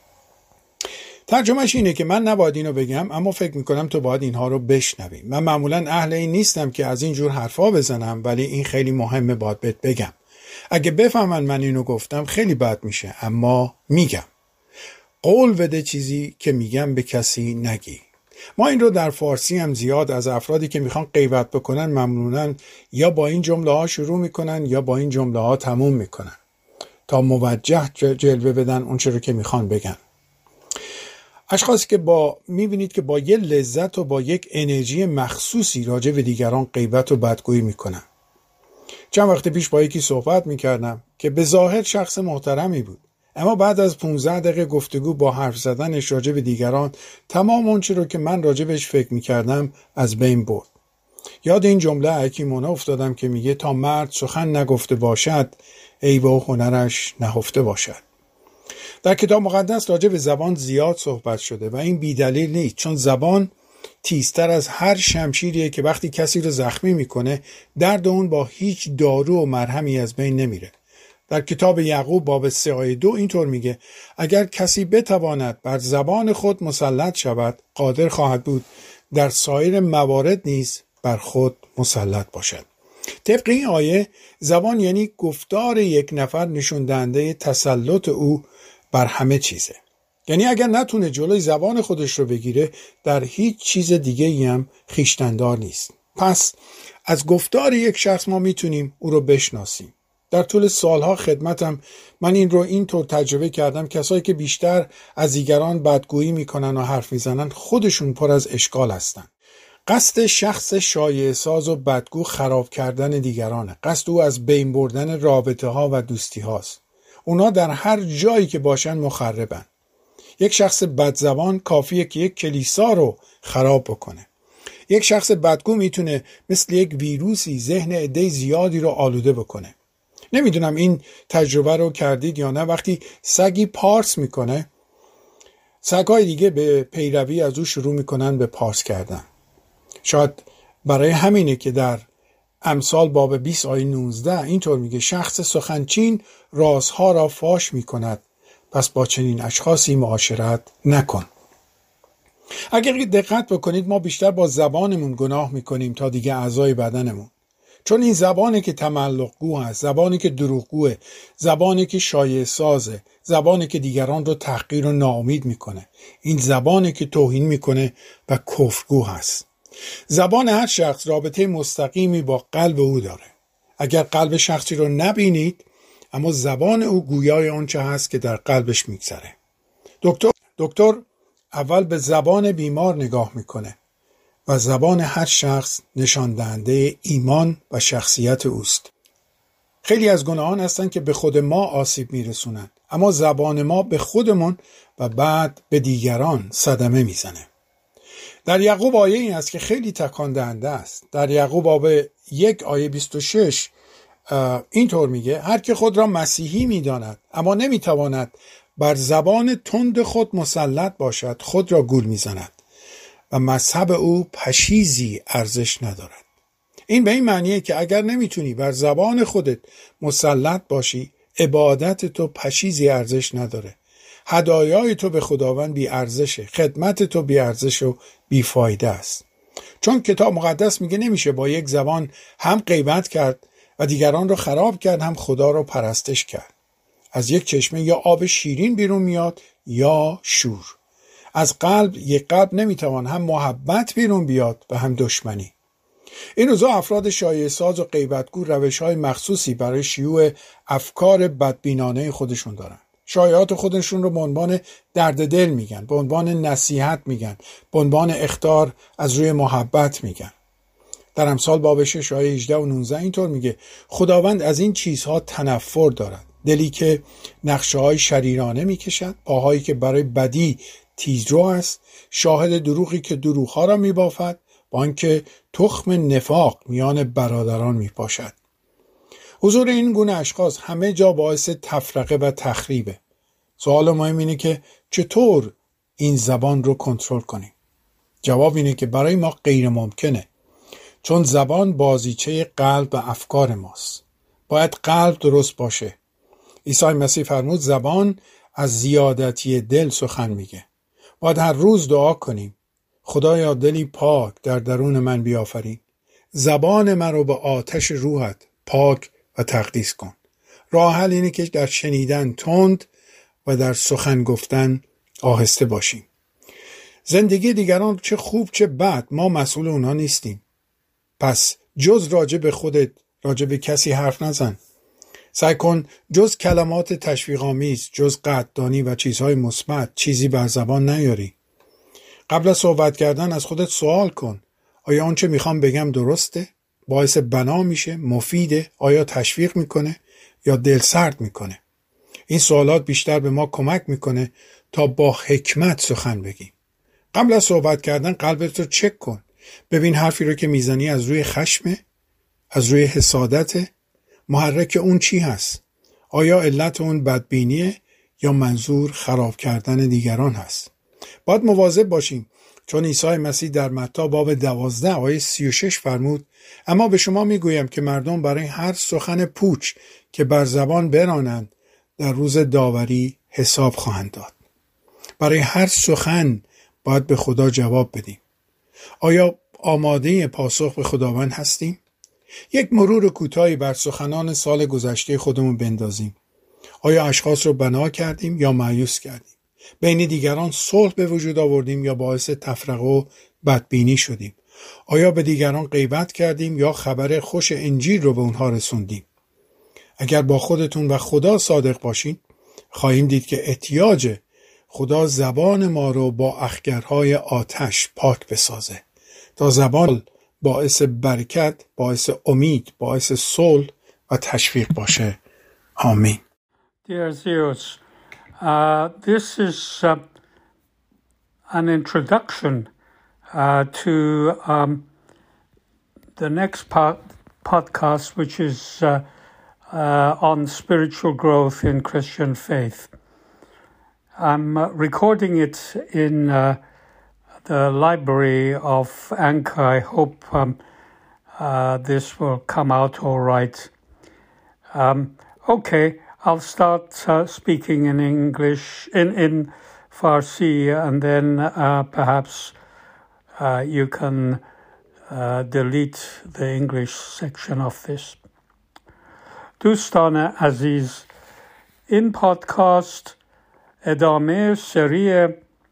ترجمهش اینه که من نباید اینو بگم، اما فکر میکنم تو باید اینها رو بشنوی. من معمولا اهل این نیستم که از این جور حرفا بزنم، ولی این خیلی مهمه، باید بهت بگم. اگه بفهمن من اینو گفتم خیلی بد میشه، اما میگم. قول بده چیزی که میگم به کسی نگی. ما این رو در فارسی هم زیاد از افرادی که میخوان غیبت بکنن ممنونن یا با این جمله ها شروع میکنن یا با این جمله ها تموم میکنن تا موجه جلوه بدن اون چیزی که میخوان بگن. اشخاصی که با میبینید که با یه لذت و با یک انرژی مخصوصی راجع به دیگران غیبت و بدگویی میکنن. چند وقت پیش با یکی صحبت میکردم که به ظاهر شخص محترمی بود، اما بعد از پانزده دقیقه گفتگو با حرف زدنش راجع به دیگران تمام اون چی رو که من راجع بهش فکر میکردم از بین برد. یاد این جمله حکیمانه افتادم که میگه تا مرد سخن نگفته باشد، عیب و هنرش نهفته باشد. در کتاب مقدس راجع به زبان زیاد صحبت شده و این بی‌دلیل نیست، چون زبان تیزتر از هر شمشیریه که وقتی کسی رو زخمی میکنه درد اون با هیچ دارو و مرهمی از بین نمیره در کتاب یعقوب باب سه آیه دو اینطور میگه اگر کسی بتواند بر زبان خود مسلط شود قادر خواهد بود در سایر موارد نیز بر خود مسلط باشد. طبق این آیه زبان یعنی گفتار یک نفر نشون دهنده تسلط او بر همه چیزه. یعنی اگر نتونه جلوی زبان خودش رو بگیره در هیچ چیز دیگه ای هم خویشتن‌دار نیست. پس از گفتار یک شخص ما میتونیم او رو بشناسیم. در طول سالها خدمتم من این رو اینطور تجربه کردم کسایی که بیشتر از دیگران بدگویی میکنن و حرف میزنن خودشون پر از اشکال هستن. قصد شخص شایعه ساز و بدگو خراب کردن دیگرانه. قصد او از بین بردن رابطه ها و دوستی هاست. اونا در هر جایی که باشن مخربن. یک شخص بدزبان کافیه که یک کلیسا رو خراب بکنه. یک شخص بدگو میتونه مثل یک ویروسی ذهن عده زیادی رو آلوده بکنه. نمیدونم این تجربه رو کردید یا نه. وقتی سگی پارس میکنه سگای دیگه به پیروی از او شروع میکنن به پارس کردن. شاید برای همینه که در امثال باب بیست آیه نوزده اینطور میگه شخص سخنچین رازها را فاش میکند پس با چنین اشخاصی معاشرت نکن. اگر دقت بکنید ما بیشتر با زبانمون گناه میکنیم تا دیگه اعضای بدنمون. چون این زبانی که تملق‌گو هست، زبانی که دروغگوه، زبانی که شایعه سازه، زبانی که دیگران رو تحقیر و ناامید میکنه، این زبانی که توهین میکنه و کفرگو هست. زبان هر شخص رابطه مستقیمی با قلب او داره. اگر قلب شخصی رو نبینید اما زبان او گویای اون چه هست که در قلبش میگذره. دکتر دکتر اول به زبان بیمار نگاه میکنه و زبان هر شخص نشان دهنده ایمان و شخصیت اوست. خیلی از گناهان هستن که به خود ما آسیب میرسونن اما زبان ما به خودمون و بعد به دیگران صدمه میزنه. در یعقوب آیه این است که خیلی تکان دهنده است. در یعقوب باب یک آیه بیست و شش اینطور میگه هر که خود را مسیحی میداند اما نمیتواند بر زبان تند خود مسلط باشد خود را گول میزند و مذهب او پشیزی ارزش ندارد. این به این معنیه که اگر نمیتونی بر زبان خودت مسلط باشی عبادت تو پشیزی ارزش نداره. هدایای تو به خداوند بی ارزشه. خدمت تو بی ارزش و بی فایده است. چون کتاب مقدس میگه نمیشه با یک زبان هم غیبت کرد و دیگران رو خراب کرد هم خدا رو پرستش کرد. از یک چشمه یا آب شیرین بیرون میاد یا شور. از قلب یک قلب نمیتوان هم محبت بیرون بیاد و هم دشمنی. این روزا افراد شایعه ساز و غیبتگو روش‌های مخصوصی برای شیوع افکار بدبینانه خودشون دارن. شایعات خودشون رو به عنوان درد دل میگن، به عنوان نصیحت میگن، به عنوان اخطار از روی محبت میگن. در امثال باب شش آیه هجده و نوزده اینطور میگه خداوند از این چیزها تنفر دارد. دلی که نقشه‌های شریرانه میکشد، پاهایی که برای بدی تیزرو است، شاهد دروغی که دروغ‌ها را میبافد، با آنکه تخم نفاق میان برادران میپاشد. حضور این گونه اشخاص همه جا باعث تفرقه و تخریبه. سوال مهم اینه که چطور این زبان رو کنترل کنیم؟ جواب اینه که برای ما غیر ممکنه. چون زبان بازیچه قلب و افکار ماست. باید قلب درست باشه. عیسی مسیح فرمود زبان از زیادتی دل سخن میگه. باید هر روز دعا کنیم خدایا دلی پاک در درون من بیافرین. زبان من رو به آتش روحت پاک و تقدیس کن. راه حل اینه که در شنیدن تند و در سخن گفتن آهسته باشیم. زندگی دیگران چه خوب چه بد ما مسئول اونها نیستیم. پس جز راجع به خودت راجع به کسی حرف نزن. سعی کن جز کلمات تشویق‌آمیز، جز قدردانی و چیزهای مثبت چیزی بر زبان نیاری. قبل از صحبت کردن از خودت سوال کن. آیا آنچه میخوام بگم درسته؟ باعث بنا میشه؟ مفیده؟ آیا تشویق میکنه؟ یا دل سرد میکنه؟ این سوالات بیشتر به ما کمک میکنه تا با حکمت سخن بگیم. قبل از صحبت کردن قلبت رو چک کن. ببین حرفی رو که میزنی از روی خشمه؟ از روی حسادته؟ محرک اون چی هست؟ آیا علت اون بدبینیه یا منظور خراب کردن دیگران هست؟ باید مواظب باشیم چون عیسی مسیح در متی باب دوازده آیه سی و شش فرمود اما به شما میگویم که مردم برای هر سخن پوچ که بر زبان برانند در روز داوری حساب خواهند داد. برای هر سخن باید به خدا جواب بدیم. آیا آماده پاسخ به خداوند هستیم؟ یک مرور کوتاهی بر سخنان سال گذشته خودمون بندازیم. آیا اشخاص رو بنا کردیم یا مایوس کردیم؟ بین دیگران صلح به وجود آوردیم یا باعث تفرقه و بدبینی شدیم؟ آیا به دیگران غیبت کردیم یا خبر خوش انجیل رو به اونها رسوندیم؟ اگر با خودتون و خدا صادق باشین خواهیم دید که احتیاج خدا زبان ما رو با اخگرهای آتش پاک بسازه تا زبان باعث برکت، باعث امید، باعث صلح و تشویق باشه. آمین. Dear Zeus, uh, this is uh, an introduction uh, to um, the next pod- podcast, which is uh, uh, on spiritual growth in Christian faith. I'm uh, recording it in uh, the library of Anchor. I hope um, uh, this will come out all right. Um, okay, I'll start uh, speaking in English, in, in Farsi, and then uh, perhaps uh, you can uh, delete the English section of this. دوستان عزیز، این پادکست ادامه سری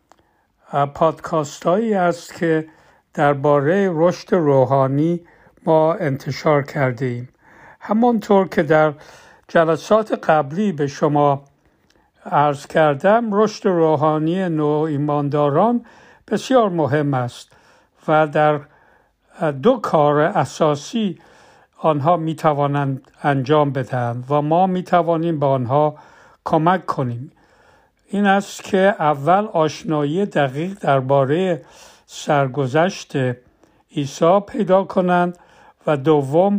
پادکست هایی است که درباره رشد روحانی ما انتشار کرده ایم. همانطور که در جلسات قبلی به شما عرض کردم، رشد روحانی نو ایمانداران بسیار مهم است و در دو کار اساسی آنها می توانند انجام بدهند و ما می توانیم به آنها کمک کنیم. این است که اول آشنایی دقیق درباره سرگذشت عیسی پیدا کنند و دوم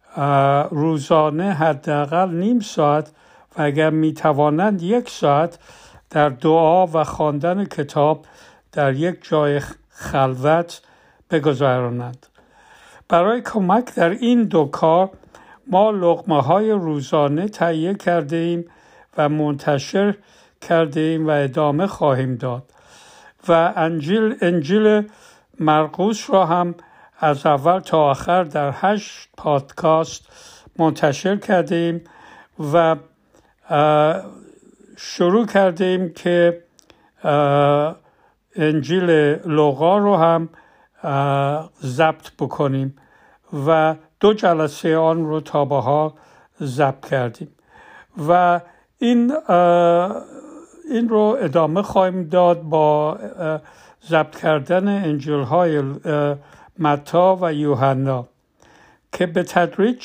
روزانه حداقل نیم ساعت و اگر می توانند یک ساعت در دعا و خواندن کتاب در یک جای خلوت بگذرانند. برای کمک در این دو کار ما لقمه های روزانه تهیه کرده ایم و منتشر کرده ایم و ادامه خواهیم داد و انجیل انجیل مرقس را هم از اول تا آخر در هشت پادکست منتشر کرده ایم و شروع کرده ایم که انجیل لوقا رو هم ضبط بکنیم و دو جلسه آن رو تا به حال ضبط کردیم و این این رو ادامه خواهیم داد با ضبط کردن انجیل های متی و یوحنا که به تدریج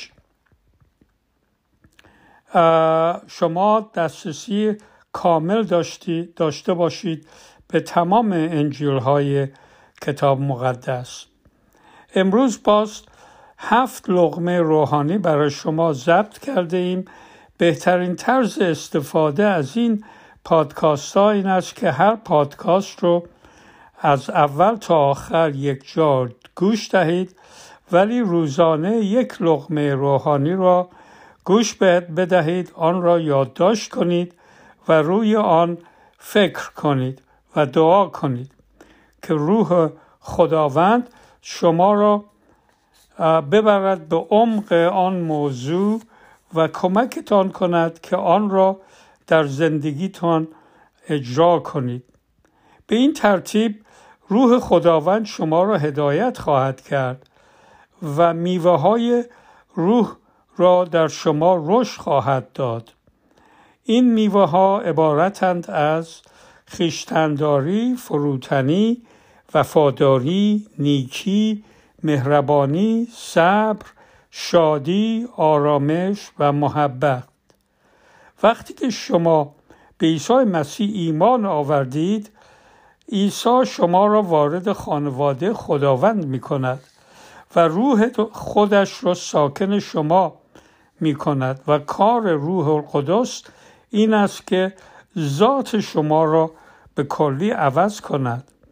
شما دسترسی کامل داشتی داشته باشید به تمام انجیل های کتاب مقدس. امروز باز هفت لقمه روحانی برای شما ضبط کرده ایم. بهترین طرز استفاده از این پادکست ها این است که هر پادکست رو از اول تا آخر یک جا گوش دهید ولی روزانه یک لقمه روحانی را گوش بدهید، آن را یادداشت کنید و روی آن فکر کنید و دعا کنید که روح خداوند شما را ببرد به عمق آن موضوع و کمکتان کند که آن را در زندگیتان اجرا کنید. به این ترتیب روح خداوند شما را هدایت خواهد کرد و میوه های روح را در شما رشد خواهد داد. این میوه ها عبارتند از خویشتن‌داری، فروتنی، وفاداری، نیکی، مهربانی، صبر، شادی، آرامش و محبت. وقتی که شما به عیسی مسیح ایمان آوردید، عیسی شما را وارد خانواده خداوند می کند و روح خودش را ساکن شما می کند و کار روح القدس این است که ذات شما را به کلی عوض کند و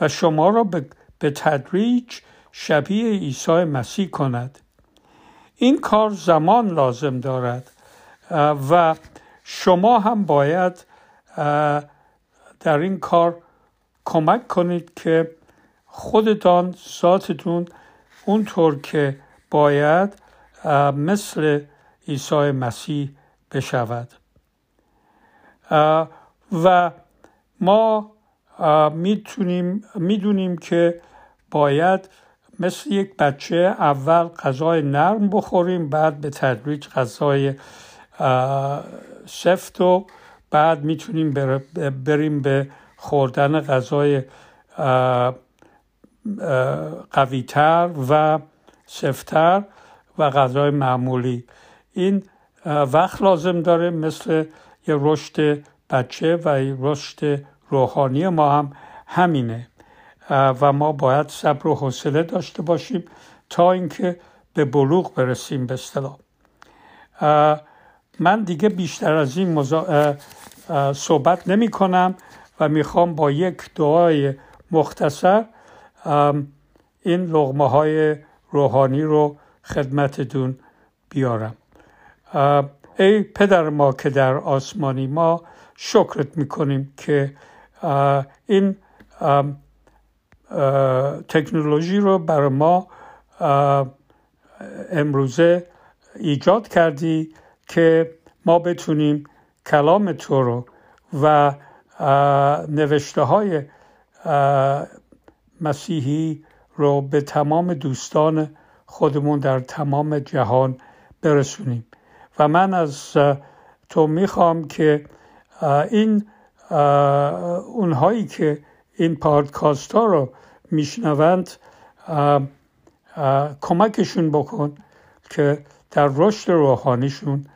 و شما را به, به تدریج شبیه عیسی مسیح کند. این کار زمان لازم دارد و شما هم باید در این کار کمک کنید که خودتان ذاتتون اونطور که باید مثل عیسی مسیح بشود. و ما میتونیم میدونیم که باید مثل یک بچه اول غذای نرم بخوریم، بعد به تدریج غذای سفت و بعد میتونیم بریم به خوردن غذای قوی‌تر و سفت‌تر و غذای معمولی. این وقت لازم داره، مثل یه رشد بچه و یه رشد روحانی ما هم همینه و ما باید صبر و حوصله داشته باشیم تا اینکه به بلوغ برسیم به اصطلاح. من دیگه بیشتر از این مزا... صحبت نمی کنم و میخوام با یک دعای مختصر این لقمه های روحانی رو خدمتتون بیارم. ای پدر ما که در آسمانی، ما شکرت میکنیم که این تکنولوژی رو برای ما امروزه ایجاد کردی که ما بتونیم کلام تو رو و نوشته های مسیحی رو به تمام دوستان خودمون در تمام جهان برسونیم. و من از تو میخوام که این اونهایی که این پادکست ها رو میشنوند کمکشون بکن که در رشد روحانیشون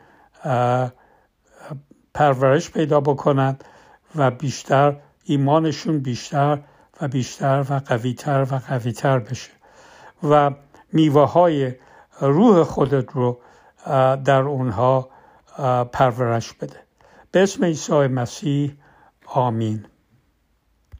پرورش پیدا بکنند و بیشتر ایمانشون بیشتر و بیشتر و قویتر و قویتر بشه و میوه های روح خودت رو در اونها پرورش بده. به اسم عیسی مسیح آمین.